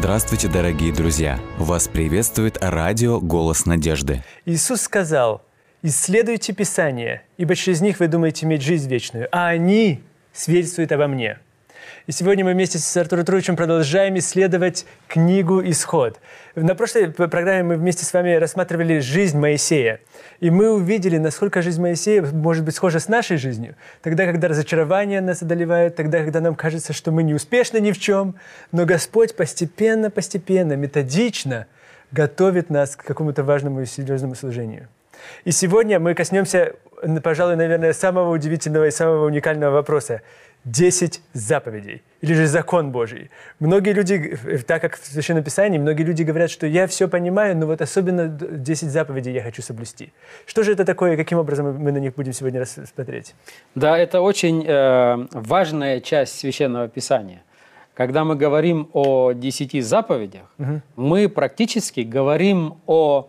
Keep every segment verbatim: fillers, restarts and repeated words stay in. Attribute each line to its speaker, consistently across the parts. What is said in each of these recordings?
Speaker 1: Здравствуйте, дорогие друзья! Вас приветствует радио «Голос надежды».
Speaker 2: Иисус сказал: «Исследуйте Писание, ибо через них вы думаете иметь жизнь вечную, а они свидетельствуют обо мне». И сегодня мы вместе с Артуром Троевичем продолжаем исследовать книгу «Исход». На прошлой программе мы вместе с вами рассматривали жизнь Моисея. И мы увидели, насколько жизнь Моисея может быть схожа с нашей жизнью. Тогда, когда разочарование нас одолевает, тогда, когда нам кажется, что мы не успешны ни в чем. Но Господь постепенно, постепенно, методично готовит нас к какому-то важному и серьезному служению. И сегодня мы коснемся, пожалуй, наверное, самого удивительного и самого уникального вопроса. Десять заповедей, или же закон Божий. Многие люди, так как в Священном Писании, многие люди говорят, что я все понимаю, но вот особенно десять заповедей я хочу соблюсти. Что же это такое, и каким образом мы на них будем сегодня рассмотреть?
Speaker 3: Да, это очень э, важная часть Священного Писания. Когда мы говорим о десяти заповедях, угу. мы практически говорим о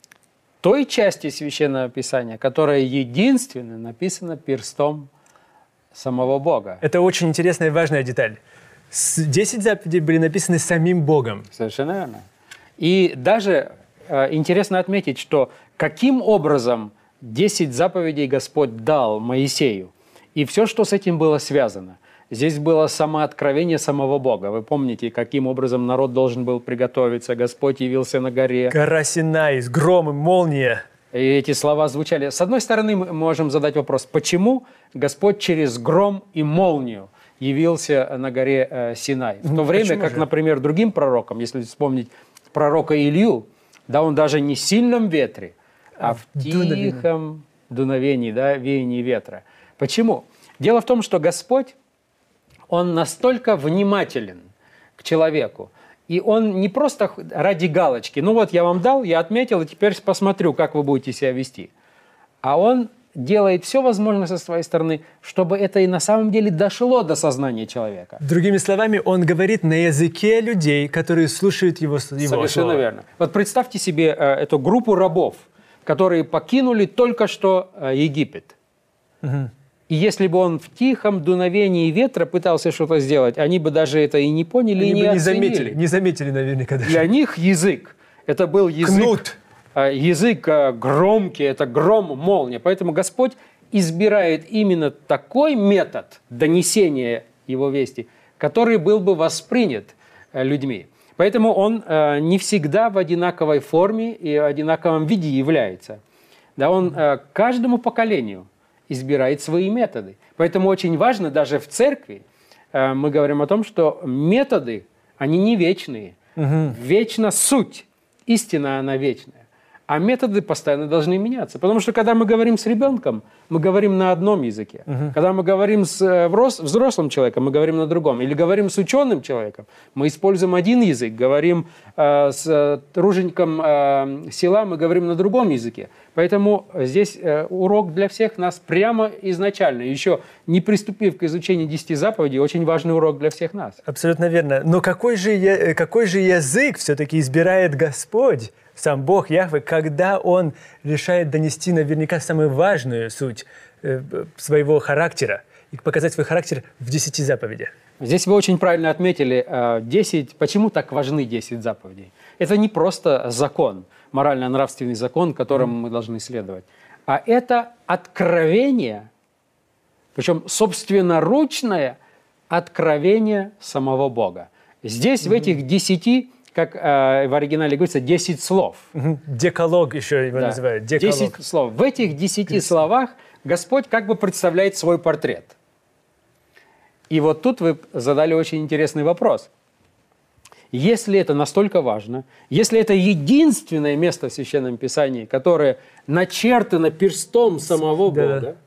Speaker 3: той части Священного Писания, которая единственно написана перстом самого Бога.
Speaker 2: Это очень интересная и важная деталь. Десять заповедей были написаны самим Богом.
Speaker 3: Совершенно верно. И даже э, интересно отметить, что каким образом десять заповедей Господь дал Моисею, и все, что с этим было связано. Здесь было самооткровение самого Бога. Вы помните, каким образом народ должен был приготовиться. Господь явился на горе.
Speaker 2: Гора Синай, с громом, молния.
Speaker 3: И эти слова звучали. С одной стороны, мы можем задать вопрос, почему Господь через гром и молнию явился на горе э, Синай? В то время, почему как, же? Например, другим пророкам, если вспомнить пророка Илью, да, он даже не в сильном ветре, а, а в дуновении. тихом дуновении, да, веянии ветра. Почему? Дело в том, что Господь, Он настолько внимателен к человеку, и Он не просто ради галочки, ну вот я вам дал, я отметил, и теперь посмотрю, как вы будете себя вести. А Он делает все возможное со своей стороны, чтобы это и на самом деле дошло до сознания человека.
Speaker 2: Другими словами, Он говорит на языке людей, которые слушают Его, его
Speaker 3: Совершенно
Speaker 2: слова.
Speaker 3: верно. Вот представьте себе э, эту группу рабов, которые покинули только что э, Египет. Угу. И если бы он в тихом дуновении ветра пытался что-то сделать, они бы даже это и не поняли,
Speaker 2: они
Speaker 3: и не
Speaker 2: бы не
Speaker 3: оценили.
Speaker 2: заметили, не заметили наверняка даже.
Speaker 3: Для них язык, это был язык,
Speaker 2: Кнут.
Speaker 3: язык громкий, это гром, молния. Поэтому Господь избирает именно такой метод донесения Его вести, который был бы воспринят людьми. Поэтому Он не всегда в одинаковой форме и одинаковом виде является. Да, Он каждому поколению избирает свои методы. Поэтому очень важно, даже в церкви, э, мы говорим о том, что методы, они не вечные. Угу. Вечна суть. Истина, она вечная. А методы постоянно должны меняться. Потому что, когда мы говорим с ребенком, мы говорим на одном языке. Угу. Когда мы говорим с э, взрослым человеком, мы говорим на другом. Или говорим с ученым человеком, мы используем один язык. Говорим э, с э, тружеником э, села, мы говорим на другом языке. Поэтому здесь э, урок для всех нас прямо изначально. Еще не приступив к изучению десяти заповедей, очень важный урок для всех нас.
Speaker 2: Абсолютно верно. Но какой же, какой же язык все-таки избирает Господь, сам Бог, Яхве, когда Он решает донести наверняка самую важную суть э, своего характера и показать свой характер в десяти заповедях?
Speaker 3: Здесь вы очень правильно отметили, десять, почему так важны десять заповедей. Это не просто закон, морально-нравственный закон, которому mm. мы должны следовать, а это откровение, причем собственноручное откровение самого Бога. Здесь mm. в этих десяти, как э, в оригинале говорится, десять слов.
Speaker 2: Mm-hmm. Декалог еще его да. называют. Декалог.
Speaker 3: Десять слов. В этих десяти словах Господь как бы представляет свой портрет. И вот тут вы задали очень интересный вопрос. Если это настолько важно, если это единственное место в Священном Писании, которое начертано перстом самого Бога, да.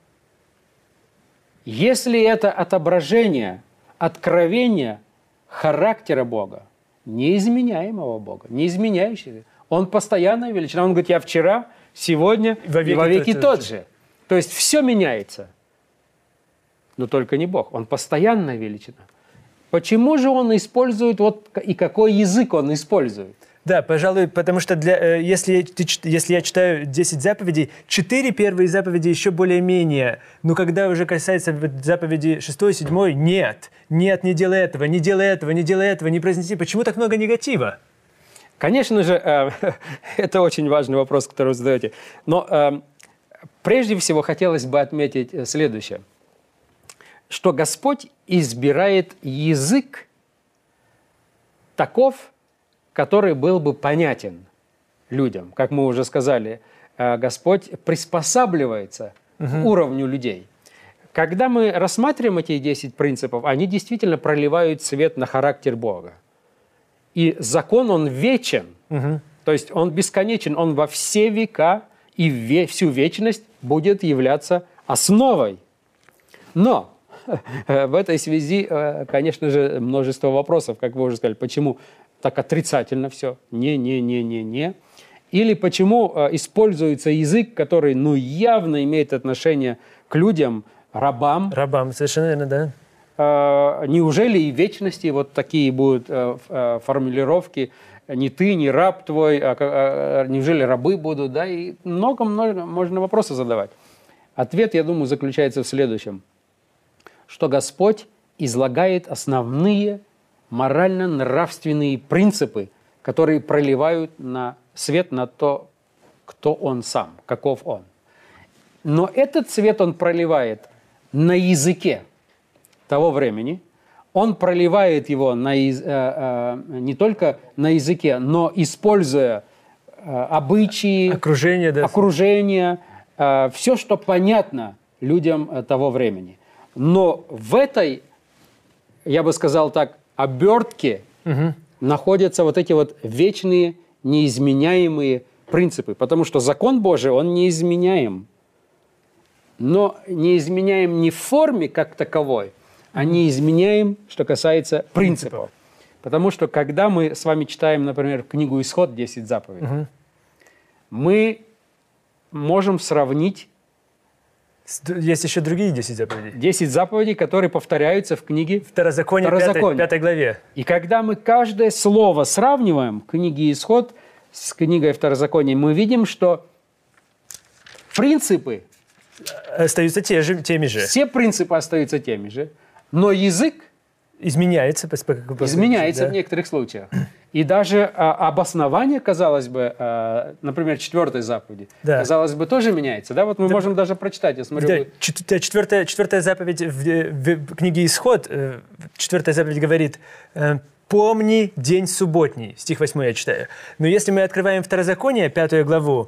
Speaker 3: если это отображение, откровение характера Бога, неизменяемого Бога, неизменяющегося, Он постоянная величина. Он говорит, я вчера, сегодня и во веки, и во веки тот, тот же. То есть все меняется. Но только не Бог. Он постоянная величина. Почему же Он использует, вот и какой язык Он использует?
Speaker 2: Да, пожалуй, потому что для, э, если, ты, если я читаю десять заповедей, четыре первые заповеди еще более-менее. Но когда уже касается заповеди шестой, седьмой, нет. Нет, не делай этого, не делай этого, не делай этого, не произнеси. Почему так много негатива?
Speaker 3: Конечно же, э, это очень важный вопрос, который вы задаете. Но э, прежде всего хотелось бы отметить следующее. Что Господь избирает язык таков, который был бы понятен людям. Как мы уже сказали, Господь приспосабливается угу. к уровню людей. Когда мы рассматриваем эти десять принципов, они действительно проливают свет на характер Бога. И закон, он вечен, угу. то есть он бесконечен, он во все века и ве- всю вечность будет являться основой. Но в этой связи, конечно же, множество вопросов, как вы уже сказали, почему так отрицательно все, не-не-не-не-не. Или почему э, используется язык, который ну, явно имеет отношение к людям, рабам.
Speaker 2: Рабам, совершенно верно, да.
Speaker 3: Э, неужели и в вечности вот такие будут э, э, формулировки «не ты, не раб твой», а, а, неужели рабы будут, да? И много-много можно вопросов задавать. Ответ, я думаю, заключается в следующем, что Господь излагает основные морально-нравственные принципы, которые проливают на свет на то, кто он сам, каков он. Но этот свет он проливает на языке того времени, он проливает его на, э, э, не только на языке, но используя э, обычаи,
Speaker 2: окружение, да.
Speaker 3: окружение э, все, что понятно людям э, того времени. Но в этой, я бы сказал так, обертке угу. находятся вот эти вот вечные, неизменяемые принципы. Потому что закон Божий, он неизменяем. Но неизменяем не в форме как таковой, а неизменяем, что касается принципов. Потому что когда мы с вами читаем, например, книгу «Исход» десять заповедей, угу. мы можем сравнить
Speaker 2: есть еще другие десять заповедей.
Speaker 3: десять заповедей, которые повторяются в книге
Speaker 2: Второзаконие,
Speaker 3: Второзаконие.
Speaker 2: пятой главе.
Speaker 3: И когда мы каждое слово сравниваем, книги Исход с книгой Второзакония, мы видим, что принципы
Speaker 2: остаются те же, теми же.
Speaker 3: Все принципы остаются теми же, но язык
Speaker 2: изменяется, по, по, по,
Speaker 3: изменяется
Speaker 2: да.
Speaker 3: в некоторых случаях. И даже а, обоснование, казалось бы, а, например, четвертой заповеди, да. казалось бы, тоже меняется. Да? Вот мы да. можем даже прочитать. Я смотрю,
Speaker 2: да.
Speaker 3: вы...
Speaker 2: четвертая, четвертая заповедь в, в, в книге «Исход», четвертая заповедь говорит «Помни день субботний». Стих восьмой я читаю. Но если мы открываем Второзаконие, пятую главу,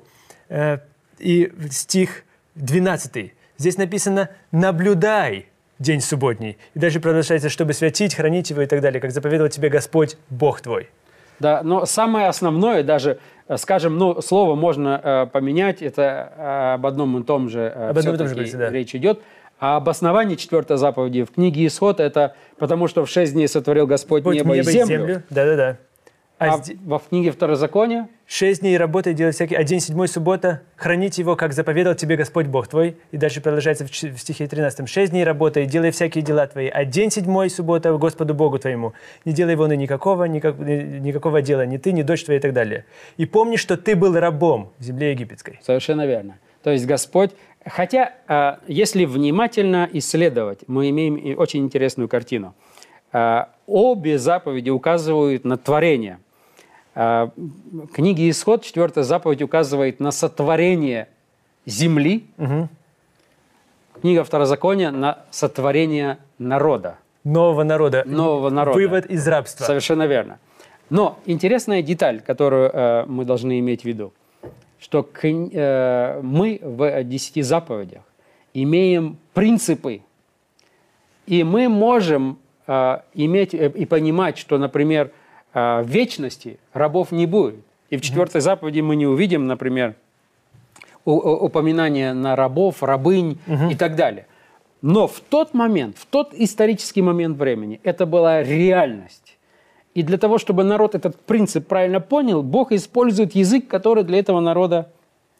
Speaker 2: и стих двенадцатый, здесь написано «Наблюдай день субботний». И дальше продолжается, чтобы святить, хранить его и так далее, как заповедовал тебе Господь, Бог твой.
Speaker 3: Да, но самое основное, даже, скажем, ну, слово можно э, поменять, это э, об одном и том же э,
Speaker 2: об одном и том же говорится, да.
Speaker 3: речь идет. А об основании четвертой заповеди в книге Исход это потому, что в шесть дней сотворил Господь
Speaker 2: Господь
Speaker 3: небо, небо и землю.
Speaker 2: землю. Да-да-да.
Speaker 3: А, а в, во в книге Второзакония?
Speaker 2: Шесть дней работай, делай всякие, а день седьмой суббота, хранить его, как заповедал тебе Господь Бог твой. И дальше продолжается в, в стихе тринадцатом. Шесть дней работай, делай всякие дела твои, а день седьмой суббота Господу Богу твоему. Не делай вон и никакого, никак, никакого дела, ни ты, ни дочь твоя и так далее. И помни, что ты был рабом в земле египетской.
Speaker 3: Совершенно верно. То есть Господь, хотя, если внимательно исследовать, мы имеем очень интересную картину. Обе заповеди указывают на творение. Книга Исход, четвертая заповедь, указывает на сотворение земли. Угу. Книга Второзакония на сотворение народа.
Speaker 2: Нового народа.
Speaker 3: Нового народа.
Speaker 2: Вывод из рабства.
Speaker 3: Совершенно верно. Но интересная деталь, которую э, мы должны иметь в виду, что к, э, мы в десяти заповедях имеем принципы, и мы можем э, иметь э, и понимать, что, например, в вечности рабов не будет. И в четвертой заповеди мы не увидим, например, упоминания на рабов, рабынь угу. и так далее. Но в тот момент, в тот исторический момент времени, это была реальность. И для того, чтобы народ этот принцип правильно понял, Бог использует язык, который для этого народа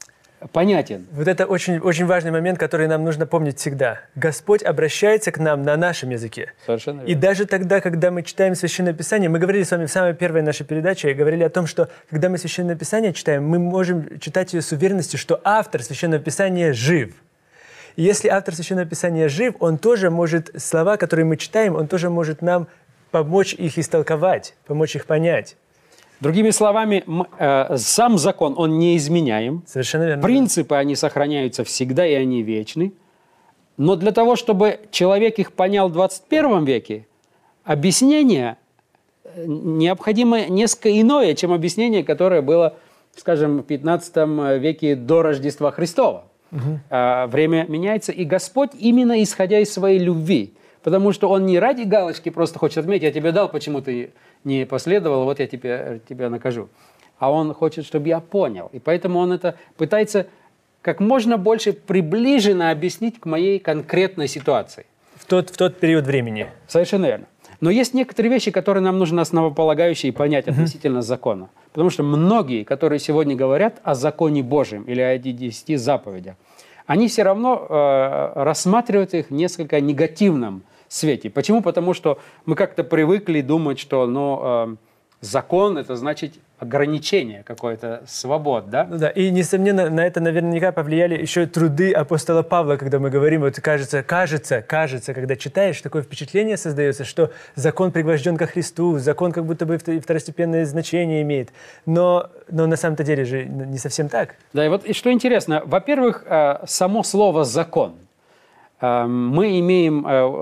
Speaker 3: понятен.
Speaker 2: Вот это очень, очень важный момент, который нам нужно помнить всегда. Господь обращается к нам на нашем языке.
Speaker 3: Совершенно верно.
Speaker 2: И даже тогда, когда мы читаем Священное Писание, мы говорили с вами в самой первой нашей передаче, говорили о том, что когда мы Священное Писание читаем, мы можем читать ее с уверенностью, что автор Священного Писания жив. И если автор Священного Писания жив, он тоже может, слова, которые мы читаем, он тоже может нам помочь их истолковать, помочь их понять.
Speaker 3: Другими словами, э, сам закон, он неизменяем.
Speaker 2: Совершенно верно.
Speaker 3: Принципы, они сохраняются всегда, и они вечны. Но для того, чтобы человек их понял в двадцать первом веке, объяснение необходимо несколько иное, чем объяснение, которое было, скажем, в пятнадцатом веке до Рождества Христова. Угу. Э, время меняется, и Господь именно исходя из своей любви, потому что Он не ради галочки просто хочет отметить, я тебе дал, почему ты не последовал, вот я тебя, тебя накажу. А Он хочет, чтобы я понял. И поэтому Он это пытается как можно больше приближенно объяснить к моей конкретной ситуации.
Speaker 2: В тот, в тот период времени.
Speaker 3: Совершенно верно. Но есть некоторые вещи, которые нам нужно основополагающие понять относительно закона. Потому что многие, которые сегодня говорят о законе Божьем или о десяти заповедях, они все равно э, рассматривают их в несколько негативном свете. Почему? Потому что мы как-то привыкли думать, что ну, э, закон – это значит ограничение какой-то свобод, да?
Speaker 2: Ну да, и, несомненно, на это наверняка повлияли еще труды апостола Павла, когда мы говорим, вот кажется, кажется, кажется, когда читаешь, такое впечатление создается, что закон пригвожден ко Христу, закон как будто бы второстепенное значение имеет. Но, но на самом-то деле же не совсем так.
Speaker 3: Да, и вот и что интересно, во-первых, само слово «закон». Мы имеем,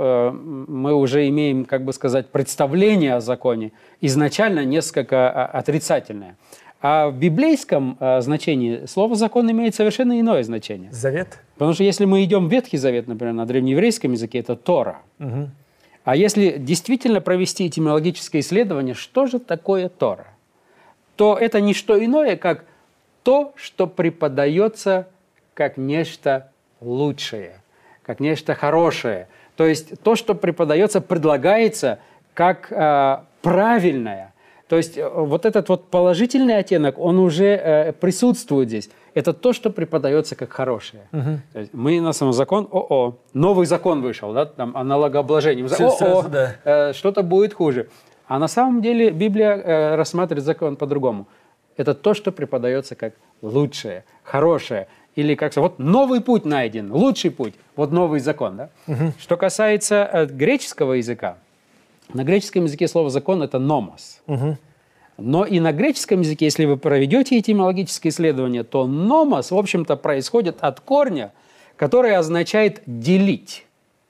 Speaker 3: мы уже имеем, как бы сказать, представление о законе изначально несколько отрицательное. А в библейском значении слово «закон» имеет совершенно иное значение.
Speaker 2: Завет?
Speaker 3: Потому что если мы идем в Ветхий Завет, например, на древнееврейском языке, это Тора. Угу. А если действительно провести этимологическое исследование, что же такое Тора, то это не что иное, как то, что преподается как нечто лучшее, как нечто хорошее. То есть то, что преподается, предлагается как э, правильное. То есть э, вот этот вот положительный оттенок, он уже э, присутствует здесь. Это то, что преподается как хорошее. Угу. То есть мы на самом закон, о-о, новый закон вышел, да, там аналогообложение. О-о, да. э, что-то будет хуже. А на самом деле Библия э, рассматривает закон по-другому. Это то, что преподается как лучшее, хорошее. Или как сказать, вот новый путь найден, лучший путь, вот новый закон. Да? Угу. Что касается э, греческого языка, на греческом языке слово «закон» – это «номос». Угу. Но и на греческом языке, если вы проведете этимологическое исследование, то «номос», в общем-то, происходит от корня, который означает «делить».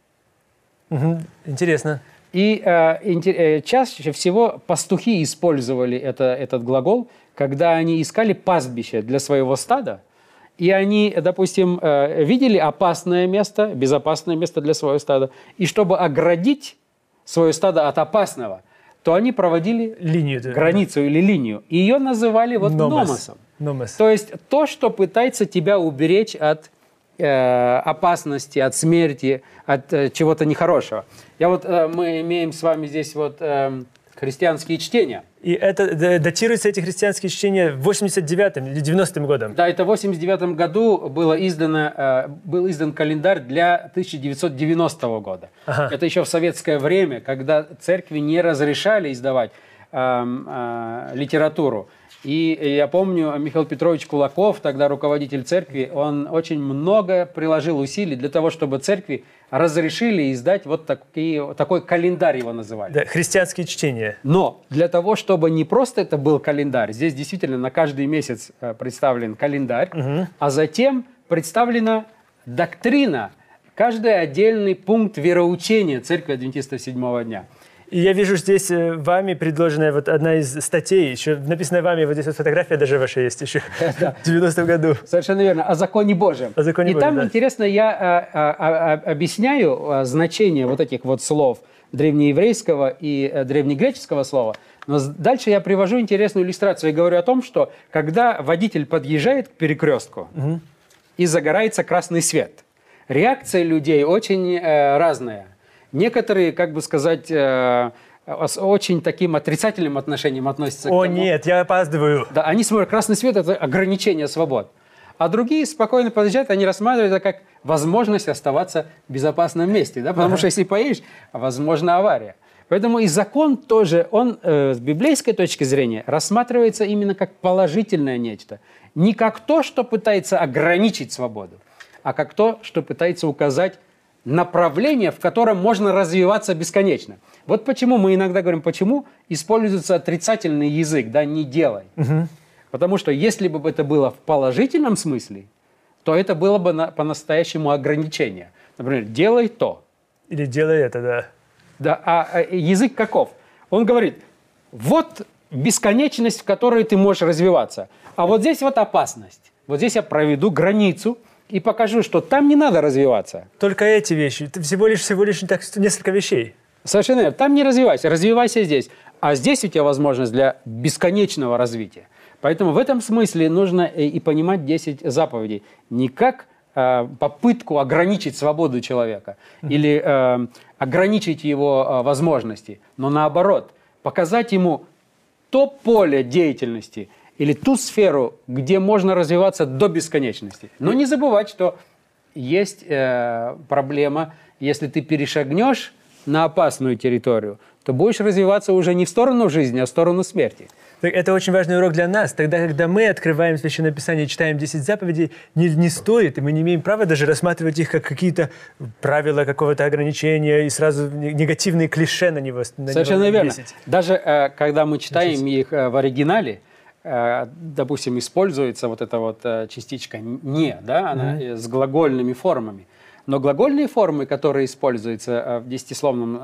Speaker 2: Угу. Интересно.
Speaker 3: И э, чаще всего пастухи использовали это, этот глагол, когда они искали пастбище для своего стада, и они, допустим, видели опасное место, безопасное место для своего стада, и чтобы оградить свое стадо от опасного, то они проводили линию, границу да. или линию, и ее называли вот
Speaker 2: номос.
Speaker 3: номосом.
Speaker 2: Номос.
Speaker 3: То есть то, что пытается тебя уберечь от э, опасности, от смерти, от э, чего-то нехорошего. Я вот, э, мы имеем с вами здесь вот э, христианские чтения.
Speaker 2: И это датируется, эти христианские чтения, восемьдесят девятым или девяностым годом.
Speaker 3: Да, это в восемьдесят девятом году было издано, э, был издан календарь для тысяча девятьсот девяностого года. Ага. Это еще в советское время, когда церкви не разрешали издавать э, э, литературу. И я помню, Михаил Петрович Кулаков, тогда руководитель церкви, он очень много приложил усилий для того, чтобы церкви разрешили издать вот такие, такой календарь, его называли.
Speaker 2: Да, христианские чтения.
Speaker 3: Но для того, чтобы не просто это был календарь, здесь действительно на каждый месяц представлен календарь, угу. а затем представлена доктрина, каждый отдельный пункт вероучения Церкви Адвентистов Седьмого дня.
Speaker 2: И я вижу здесь вами предложенная вот одна из статей, еще написанная вами, вот здесь вот фотография даже ваша есть еще, в девяностом году.
Speaker 3: Совершенно верно, о законе Божьем.
Speaker 2: О законе
Speaker 3: И
Speaker 2: Божьем,
Speaker 3: там,
Speaker 2: да.
Speaker 3: интересно, я а, а, а, объясняю значение вот этих вот слов древнееврейского и а, древнегреческого слова, но дальше я привожу интересную иллюстрацию и говорю о том, что когда водитель подъезжает к перекрестку угу. и загорается красный свет, реакция людей очень э, разная. Некоторые, как бы сказать, э, с очень таким отрицательным отношением относятся
Speaker 2: О,
Speaker 3: к тому.
Speaker 2: О нет, я опаздываю.
Speaker 3: Да, они смотрят, красный свет – это ограничение свобод. А другие спокойно подъезжают, они рассматривают это как возможность оставаться в безопасном месте. Да? Потому ага. что если поедешь, возможна авария. Поэтому и закон тоже, он э, с библейской точки зрения рассматривается именно как положительное нечто. Не как то, что пытается ограничить свободу, а как то, что пытается указать направление, в котором можно развиваться бесконечно. Вот почему мы иногда говорим, почему используется отрицательный язык, да, не делай. Угу. Потому что если бы это было в положительном смысле, то это было бы на, по-настоящему ограничение. Например, делай то.
Speaker 2: Или делай это, да.
Speaker 3: Да, а, а язык каков? Он говорит, вот бесконечность, в которой ты можешь развиваться, а вот здесь вот опасность. Вот здесь я проведу границу и покажу, что там не надо развиваться.
Speaker 2: Только эти вещи. Ты всего лишь, всего лишь так, несколько вещей.
Speaker 3: Совершенно верно. Там не развивайся, развивайся здесь. А здесь у тебя возможность для бесконечного развития. Поэтому в этом смысле нужно и понимать десять заповедей. Не как э, попытку ограничить свободу человека mm-hmm. или э, ограничить его э, возможности, но наоборот, показать ему то поле деятельности или ту сферу, где можно развиваться до бесконечности. Но не забывать, что есть э, проблема, если ты перешагнешь на опасную территорию, то будешь развиваться уже не в сторону жизни, а в сторону смерти.
Speaker 2: Это очень важный урок для нас. Тогда, когда мы открываем Священное Писание и читаем десять заповедей, не, не стоит, и мы не имеем права даже рассматривать их как какие-то правила какого-то ограничения и сразу негативные клише на него на
Speaker 3: Совершенно
Speaker 2: него
Speaker 3: верно.
Speaker 2: весить.
Speaker 3: Даже э, когда мы читаем Значит. их э, в оригинале, э, допустим, используется вот эта вот э, частичка «не», да, она mm-hmm. с глагольными формами. Но глагольные формы, которые используются в десятисловном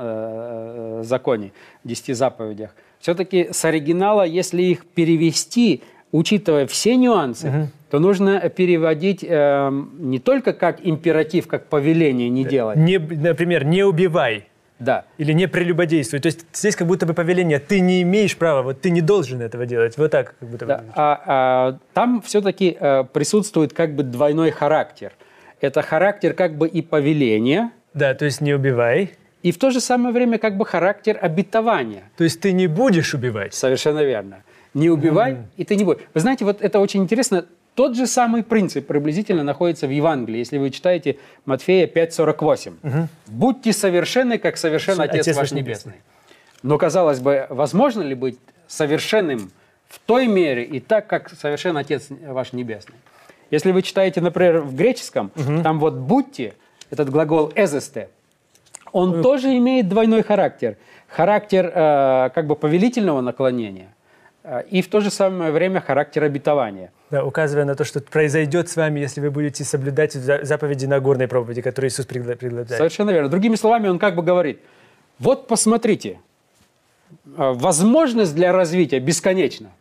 Speaker 3: э, законе, в десяти заповедях, все-таки с оригинала, если их перевести, учитывая все нюансы, uh-huh. то нужно переводить э, не только как императив, как повеление «не делай».
Speaker 2: Не, например, «не убивай».
Speaker 3: Да.
Speaker 2: Или «не прелюбодействуй». То есть здесь как будто бы повеление «ты не имеешь права, вот ты не должен этого делать». Вот так как будто бы.
Speaker 3: Да. А, а, там все-таки э, присутствует как бы двойной характер. Это характер как бы и повеления.
Speaker 2: Да, то есть «не убивай».
Speaker 3: И в то же самое время как бы характер обетования.
Speaker 2: То есть ты не будешь убивать.
Speaker 3: Совершенно верно. Не убивай, mm. и ты не будешь. Вы знаете, вот это очень интересно. Тот же самый принцип приблизительно находится в Евангелии. Если вы читаете Матфея пять сорок восемь. Mm-hmm. «Будьте совершенны, как совершен Отец, Отец ваш Небесный». Но, казалось бы, возможно ли быть совершенным в той мере и так, как совершен Отец ваш Небесный? Если вы читаете, например, в греческом, mm-hmm. там вот «будьте», этот глагол «эзесте», он mm-hmm. тоже имеет двойной характер. Характер э, как бы повелительного наклонения э, и в то же самое время характер обетования.
Speaker 2: Да, указывая на то, что произойдет с вами, если вы будете соблюдать заповеди Нагорной проповеди, которые Иисус предлагает.
Speaker 3: Совершенно верно. Другими словами, он как бы говорит, вот посмотрите, возможность для развития бесконечна.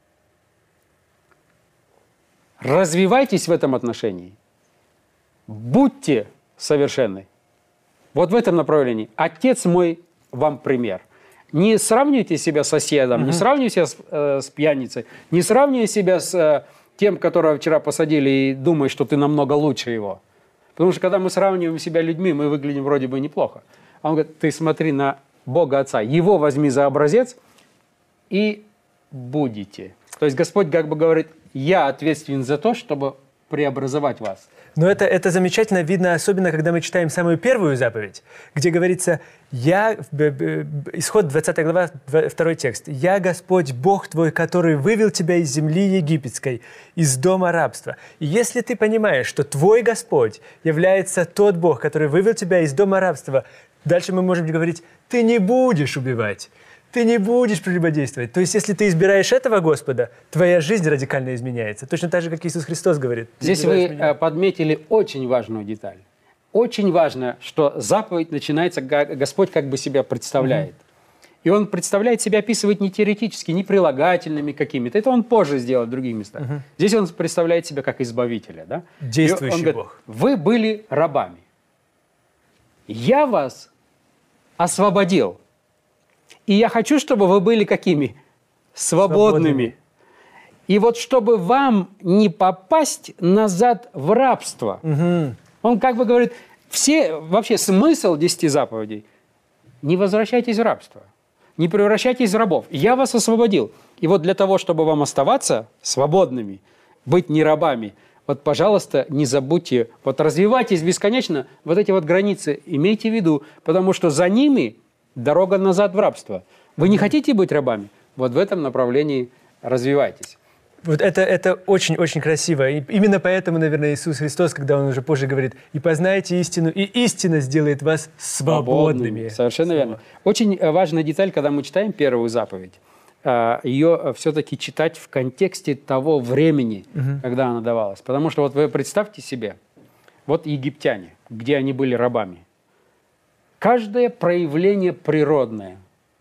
Speaker 3: Развивайтесь в этом отношении. Будьте совершенны. Вот в этом направлении. Отец мой вам пример. Не сравнивайте себя с соседом, uh-huh. не сравнивайте себя с, э, с пьяницей, не сравнивайте себя с э, тем, которого вчера посадили, и думай, что ты намного лучше его. Потому что когда мы сравниваем себя людьми, мы выглядим вроде бы неплохо. А он говорит, ты смотри на Бога Отца, Его возьми за образец и будете. То есть Господь как бы говорит, я ответственен за то, чтобы преобразовать вас.
Speaker 2: Но это, это замечательно видно, особенно когда мы читаем самую первую заповедь, где говорится, я, исход двадцатая глава, второй текст, «Я Господь, Бог твой, который вывел тебя из земли египетской, из дома рабства». И если ты понимаешь, что твой Господь является тот Бог, который вывел тебя из дома рабства, дальше мы можем говорить, ты не будешь убивать. Ты не будешь прелюбодействовать. То есть, если ты избираешь этого Господа, твоя жизнь радикально изменяется. Точно так же, как Иисус Христос говорит.
Speaker 3: Здесь вы меня. подметили очень важную деталь. Очень важно, что заповедь начинается, Господь как бы себя представляет. Mm-hmm. И Он представляет себя, описывает не теоретически, не прилагательными какими-то. Это Он позже сделает в других местах. Mm-hmm. Здесь Он представляет себя как избавителя. Да?
Speaker 2: Действующий
Speaker 3: он говорит,
Speaker 2: Бог.
Speaker 3: Вы были рабами. Я вас освободил. И я хочу, чтобы вы были какими? Свободными. Свободными. И вот чтобы вам не попасть назад в рабство. Угу. Он как бы говорит, все, вообще смысл десяти заповедей – не возвращайтесь в рабство, не превращайтесь в рабов. Я вас освободил. И вот для того, чтобы вам оставаться свободными, быть не рабами, вот, пожалуйста, не забудьте, вот развивайтесь бесконечно, вот эти вот границы имейте в виду, потому что за ними дорога назад в рабство. Вы не хотите быть рабами? Вот в этом направлении развивайтесь.
Speaker 2: Вот это, это очень-очень красиво. И именно поэтому, наверное, Иисус Христос, когда Он уже позже говорит, «И познайте истину, и истина сделает вас свободными».
Speaker 3: Совершенно верно. Очень важная деталь, когда мы читаем первую заповедь, ее все-таки читать в контексте того времени, угу. когда она давалась. Потому что вот вы представьте себе, вот египтяне, где они были рабами. Каждое проявление природное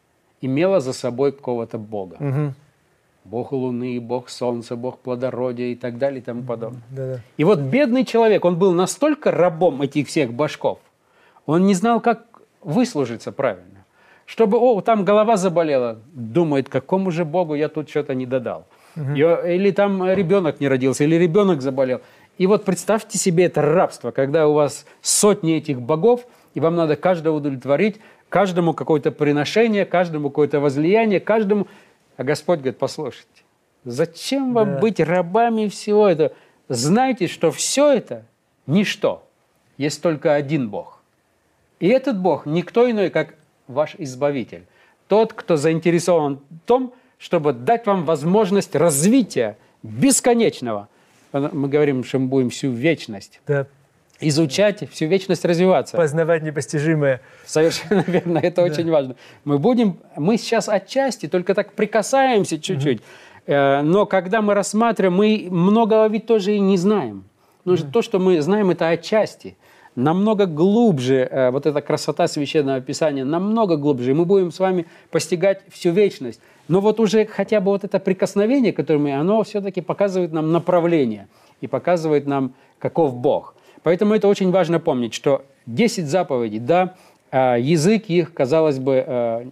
Speaker 3: имело за собой какого-то бога. Угу. Бог Луны, Бог Солнца, Бог плодородия и так далее и тому подобное. Да-да. И вот бедный человек, он был настолько рабом этих всех божков, он не знал, как выслужиться правильно. Чтобы, о, там голова заболела, думает, какому же Богу я тут что-то не додал. Угу. И, или там ребенок не родился, или ребенок заболел. И вот представьте себе это рабство, когда у вас сотни этих богов, и вам надо каждого удовлетворить, каждому какое-то приношение, каждому какое-то возлияние, каждому... А Господь говорит, послушайте, зачем вам да. быть рабами всего этого? Знайте, что все это ничто. Есть только один Бог. И этот Бог никто иной, как ваш Избавитель. Тот, кто заинтересован в том, чтобы дать вам возможность развития бесконечного. Мы говорим, что мы будем всю вечность да. изучать, всю вечность развиваться.
Speaker 2: Познавать непостижимое.
Speaker 3: Совершенно верно, это да. очень важно. Мы будем, мы сейчас отчасти только так прикасаемся чуть-чуть, mm-hmm. но когда мы рассматриваем, мы многого ведь тоже и не знаем. Потому что mm-hmm. то, что мы знаем, это отчасти. Намного глубже, вот эта красота Священного Писания, намного глубже. И мы будем с вами постигать всю вечность. Но вот уже хотя бы вот это прикосновение, которое мы, оно все-таки показывает нам направление и показывает нам, каков Бог. Поэтому это очень важно помнить, что десять заповедей, да, язык их, казалось бы,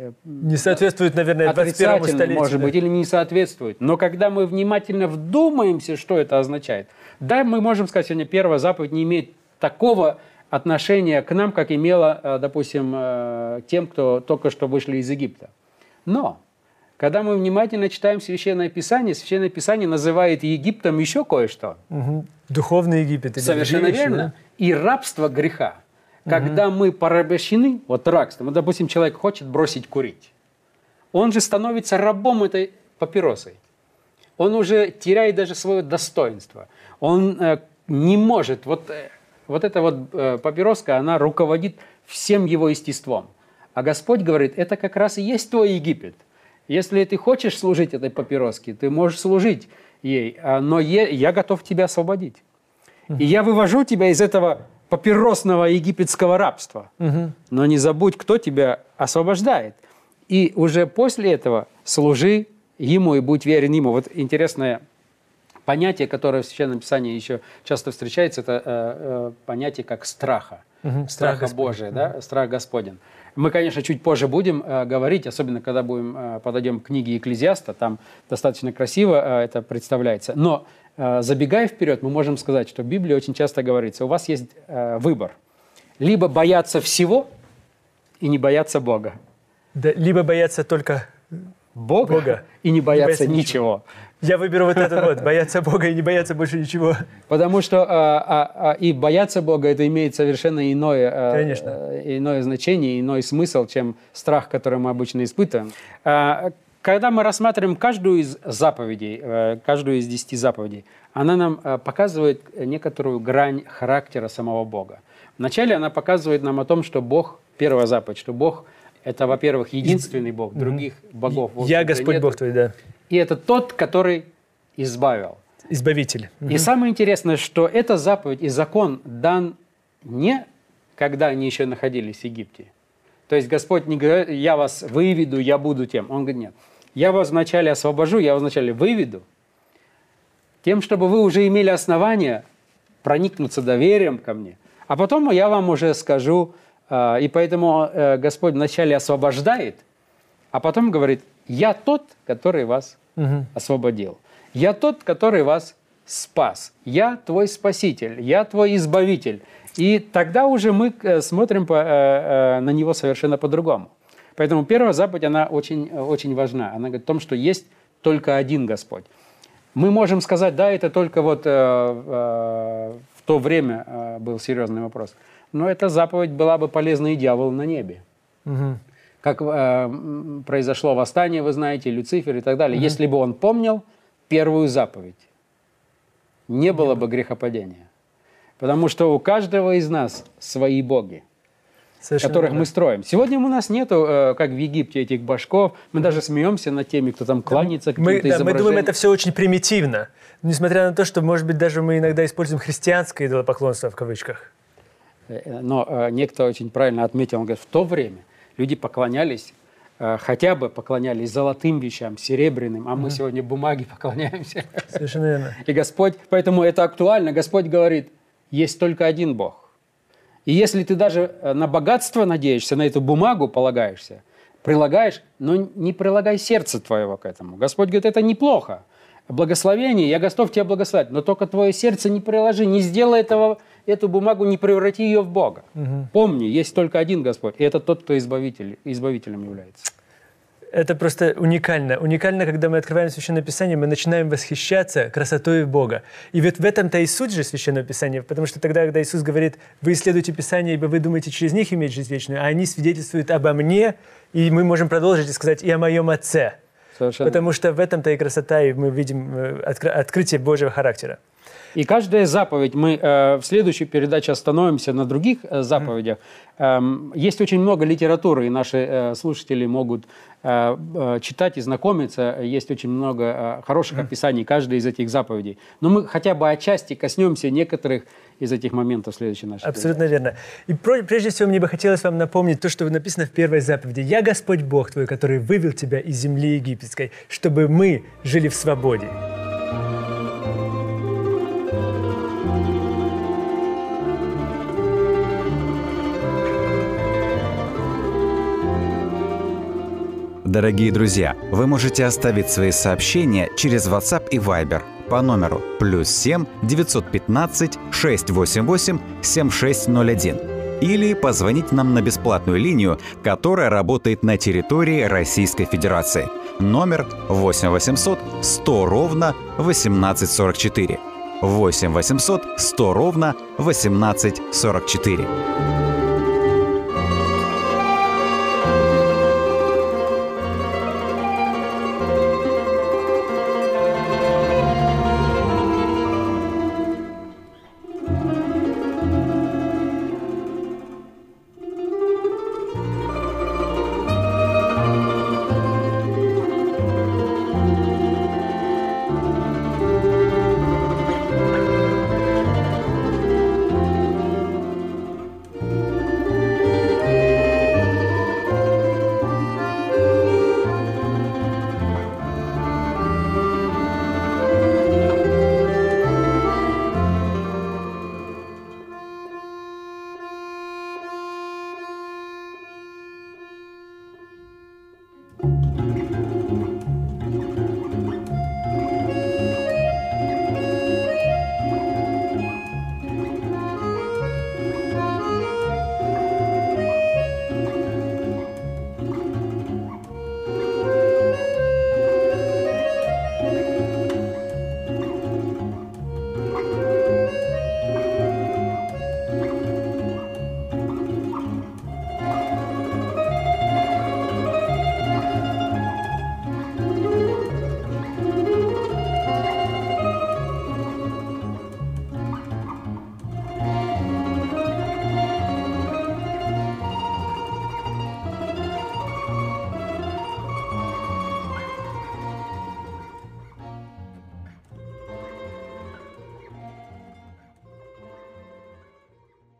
Speaker 2: не соответствует, наверное, двадцать первому столетию.
Speaker 3: Может быть, или не соответствует. Но когда мы внимательно вдумаемся, что это означает, да, мы можем сказать, сегодня первая заповедь не имеет такого отношения к нам, как имела, допустим, тем, кто только что вышли из Египта. Но когда мы внимательно читаем Священное Писание, Священное Писание называет Египтом еще кое-что.
Speaker 2: Угу. Духовный Египет.
Speaker 3: Совершенно верно. Да? И рабство греха. Угу. Когда мы порабощены, вот рабство, вот, допустим, человек хочет бросить курить, он же становится рабом этой папиросой. Он уже теряет даже свое достоинство. Он э, не может, вот, э, вот эта вот э, папироска, она руководит всем его естеством. А Господь говорит, это как раз и есть твой Египет. Если ты хочешь служить этой папироске, ты можешь служить ей, но я готов тебя освободить. И я вывожу тебя из этого папиросного египетского рабства. Угу. Но не забудь, кто тебя освобождает. И уже после этого служи Ему и будь верен Ему. Вот интересное понятие, которое в Священном Писании еще часто встречается, это э, понятие как страха. Угу. Страха Божия, да? Угу. Страх Господень. Мы, конечно, чуть позже будем э, говорить, особенно когда будем, э, подойдем к книге Екклезиаста, там достаточно красиво э, это представляется. Но э, забегая вперед, мы можем сказать, что в Библии очень часто говорится, у вас есть э, выбор. Либо бояться всего и не бояться Бога.
Speaker 2: Да, либо бояться только
Speaker 3: Бога, Бога и не бояться, не бояться ничего. ничего. Я
Speaker 2: выберу вот это вот, бояться Бога и не бояться больше ничего.
Speaker 3: Потому что а, а, а, и бояться Бога, это имеет совершенно иное, а, иное значение, иной смысл, чем страх, который мы обычно испытываем. А, когда мы рассматриваем каждую из заповедей, каждую из десяти заповедей, она нам показывает некоторую грань характера самого Бога. Вначале она показывает нам о том, что Бог, первая заповедь, что Бог – это, во-первых, единственный Бог, других богов.
Speaker 2: Я Господь нету. Бог твой, да.
Speaker 3: И это тот, который избавил.
Speaker 2: Избавитель.
Speaker 3: И угу. самое интересное, что эта заповедь и закон дан не когда они еще находились в Египте. То есть Господь не говорит, я вас выведу, я буду тем. Он говорит, нет. Я вас вначале освобожу, я вас вначале выведу, тем, чтобы вы уже имели основания проникнуться доверием ко мне. А потом я вам уже скажу, и поэтому Господь вначале освобождает, а потом говорит, я тот, который вас угу. освободил. Я тот, который вас спас. Я твой спаситель, я твой избавитель. И тогда уже мы смотрим по, э, э, на него совершенно по-другому. Поэтому первая заповедь, она очень, очень важна. Она говорит о том, что есть только один Господь. Мы можем сказать, да, это только вот э, э, в то время э, был серьезный вопрос. Но эта заповедь была бы полезна и дьяволу на небе. Угу. Как э, произошло восстание, вы знаете, Люцифер и так далее. Угу. Если бы он помнил первую заповедь, не было бы грехопадения. Потому что у каждого из нас свои боги, совершенно которых верно. Мы строим. Сегодня у нас нету, э, как в Египте, этих башков. Мы даже смеемся над теми, кто там кланяется.
Speaker 2: Да, мы, да, мы думаем, это все очень примитивно. Несмотря на то, что, может быть, даже мы иногда используем христианское идолопоклонство в кавычках.
Speaker 3: Но э, некто очень правильно отметил, он говорит, в то время люди поклонялись, э, хотя бы поклонялись золотым вещам, серебряным, а мы mm-hmm. сегодня бумаге поклоняемся.
Speaker 2: Совершенно верно.
Speaker 3: И Господь, поэтому это актуально, Господь говорит, есть только один Бог. И если ты даже на богатство надеешься, на эту бумагу полагаешься, прилагаешь, но не прилагай сердце твоего к этому. Господь говорит, это неплохо. Благословение, я готов тебя благословить, но только твое сердце не приложи, не сделай этого, эту бумагу, не преврати ее в Бога. Угу. Помни, есть только один Господь, и это тот, кто избавитель, избавителем является.
Speaker 2: Это просто уникально. Уникально, когда мы открываем Священное Писание, мы начинаем восхищаться красотой Бога. И вот в этом-то и суть же Священного Писания, потому что тогда, когда Иисус говорит, вы исследуете Писание, ибо вы думаете через них иметь жизнь вечную, а они свидетельствуют обо мне, и мы можем продолжить и сказать и о моем Отце. Совершенно. Потому что в этом-то и красота, и мы видим откры- открытие Божьего характера.
Speaker 3: И каждая заповедь, мы э, в следующей передаче остановимся на других э, заповедях. Mm. Э, есть очень много литературы, и наши э, слушатели могут э, э, читать и знакомиться. Есть очень много э, хороших mm. описаний каждой из этих заповедей. Но мы хотя бы отчасти коснемся некоторых из этих моментов в следующей нашей
Speaker 2: Абсолютно
Speaker 3: передаче.
Speaker 2: верно. И про, прежде всего мне бы хотелось вам напомнить то, что написано в первой заповеди. «Я Господь Бог твой, который вывел тебя из земли египетской, чтобы мы жили в свободе».
Speaker 1: Дорогие друзья, вы можете оставить свои сообщения через WhatsApp и Viber по номеру плюс семь девятьсот пятнадцать шестьсот восемьдесят восемь семьдесят шесть ноль один или позвонить нам на бесплатную линию, которая работает на территории Российской Федерации. Номер восемь восемьсот сто ровно восемнадцать сорок четыре. восемь восемьсот сто ровно восемнадцать сорок четыре.